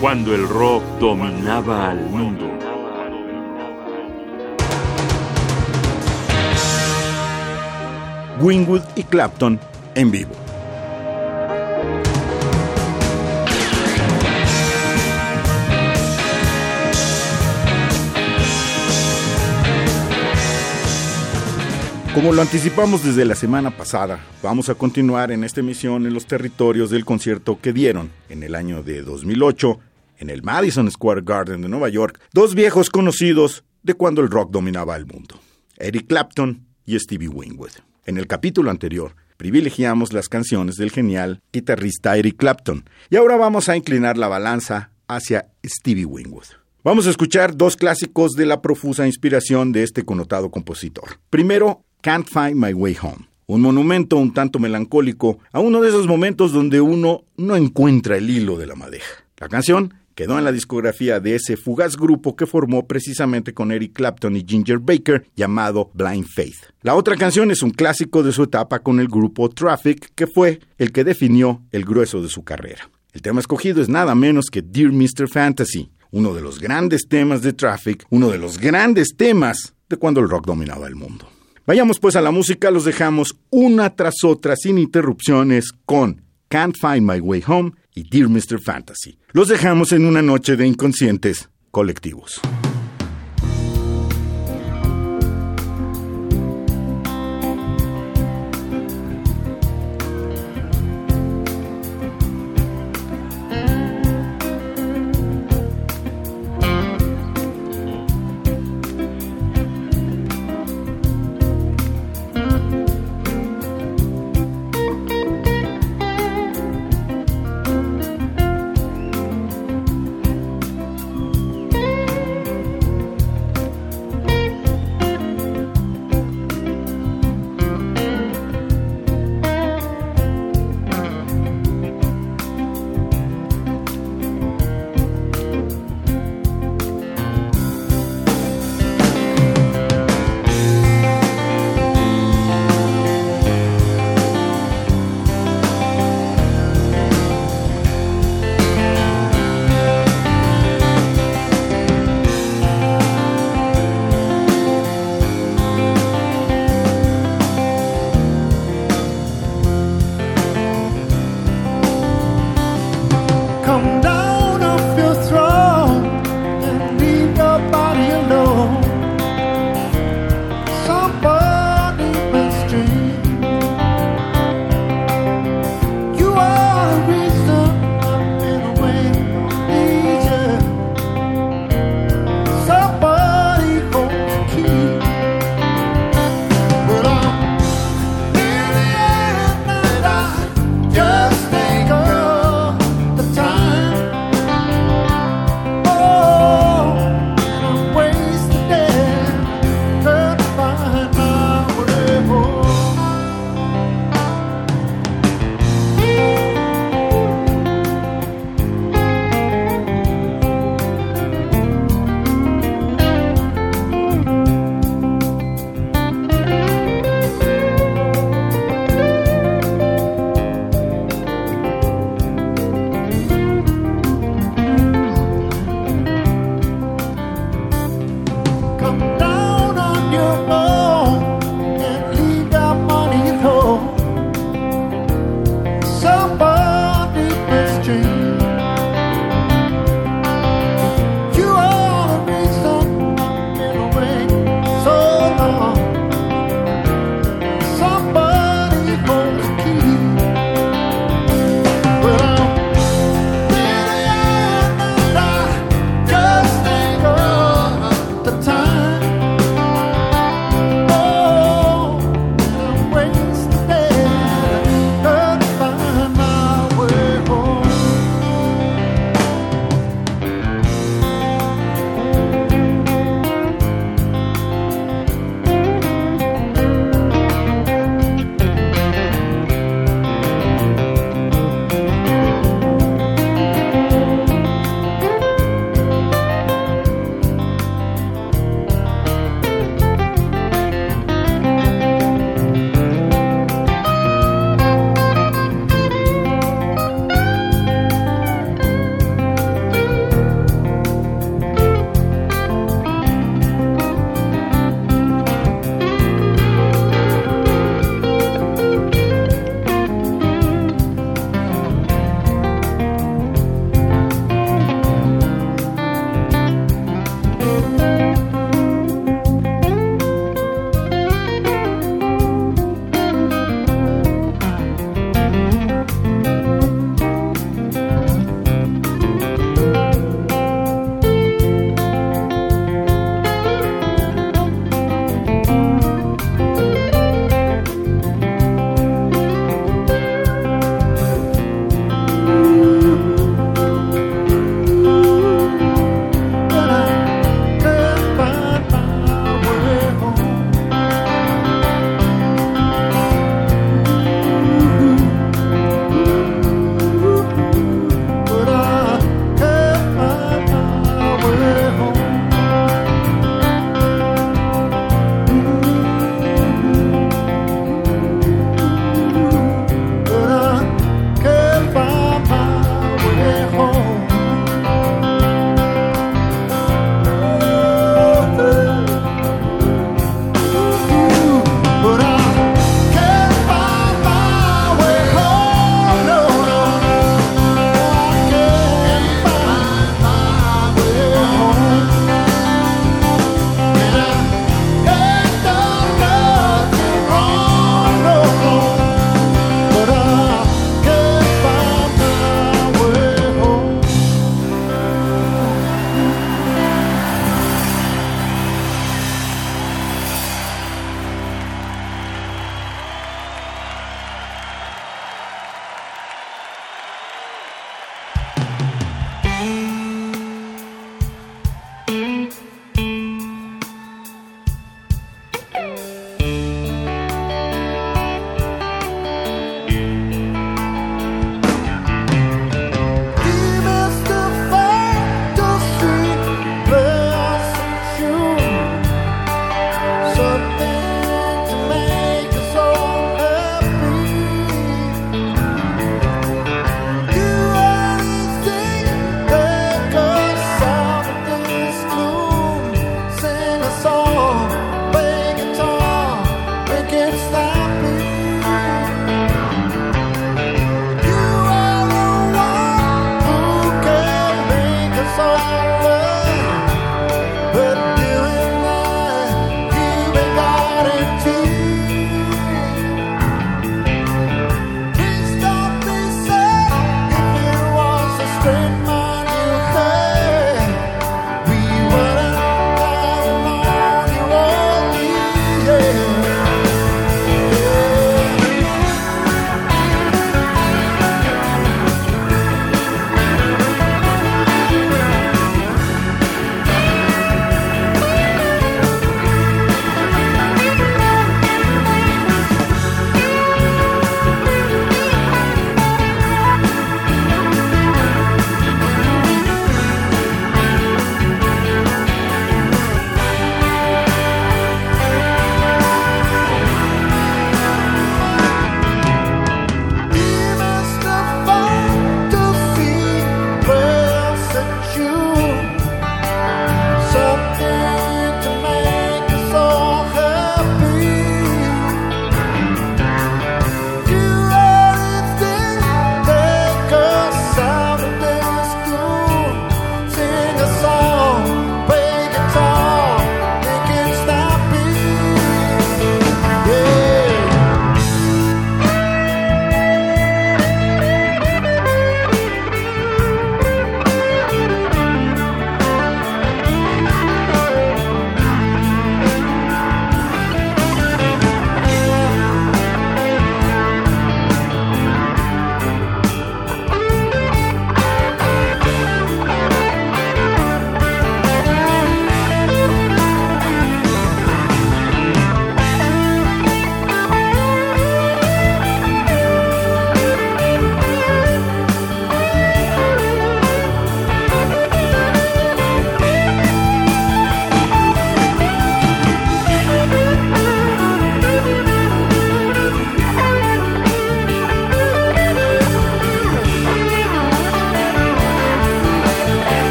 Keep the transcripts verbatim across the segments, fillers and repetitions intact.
Cuando el rock dominaba al mundo. Winwood y Clapton en vivo. Como lo anticipamos desde la semana pasada, vamos a continuar en esta emisión en los territorios del concierto que dieron en el año de dos mil ocho en el Madison Square Garden de Nueva York, dos viejos conocidos de cuando el rock dominaba el mundo, Eric Clapton y Stevie Winwood. En el capítulo anterior, privilegiamos las canciones del genial guitarrista Eric Clapton, y ahora vamos a inclinar la balanza hacia Stevie Winwood. Vamos a escuchar dos clásicos de la profusa inspiración de este connotado compositor. Primero, Can't Find My Way Home, un monumento un tanto melancólico a uno de esos momentos donde uno no encuentra el hilo de la madeja. La canción quedó en la discografía de ese fugaz grupo que formó precisamente con Eric Clapton y Ginger Baker, llamado Blind Faith. La otra canción es un clásico de su etapa con el grupo Traffic, que fue el que definió el grueso de su carrera. El tema escogido es nada menos que Dear mister Fantasy, uno de los grandes temas de Traffic, uno de los grandes temas de cuando el rock dominaba el mundo. Vayamos pues a la música, los dejamos una tras otra sin interrupciones con Can't Find My Way Home y Dear mister Fantasy. Los dejamos en una noche de inconscientes colectivos.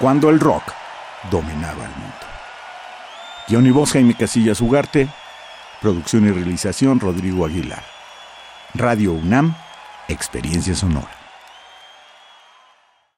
cuando el rock dominaba el mundo. Guión y voz Jaime Casillas Ugarte, producción y realización Rodrigo Aguilar. Radio UNAM, Experiencia Sonora.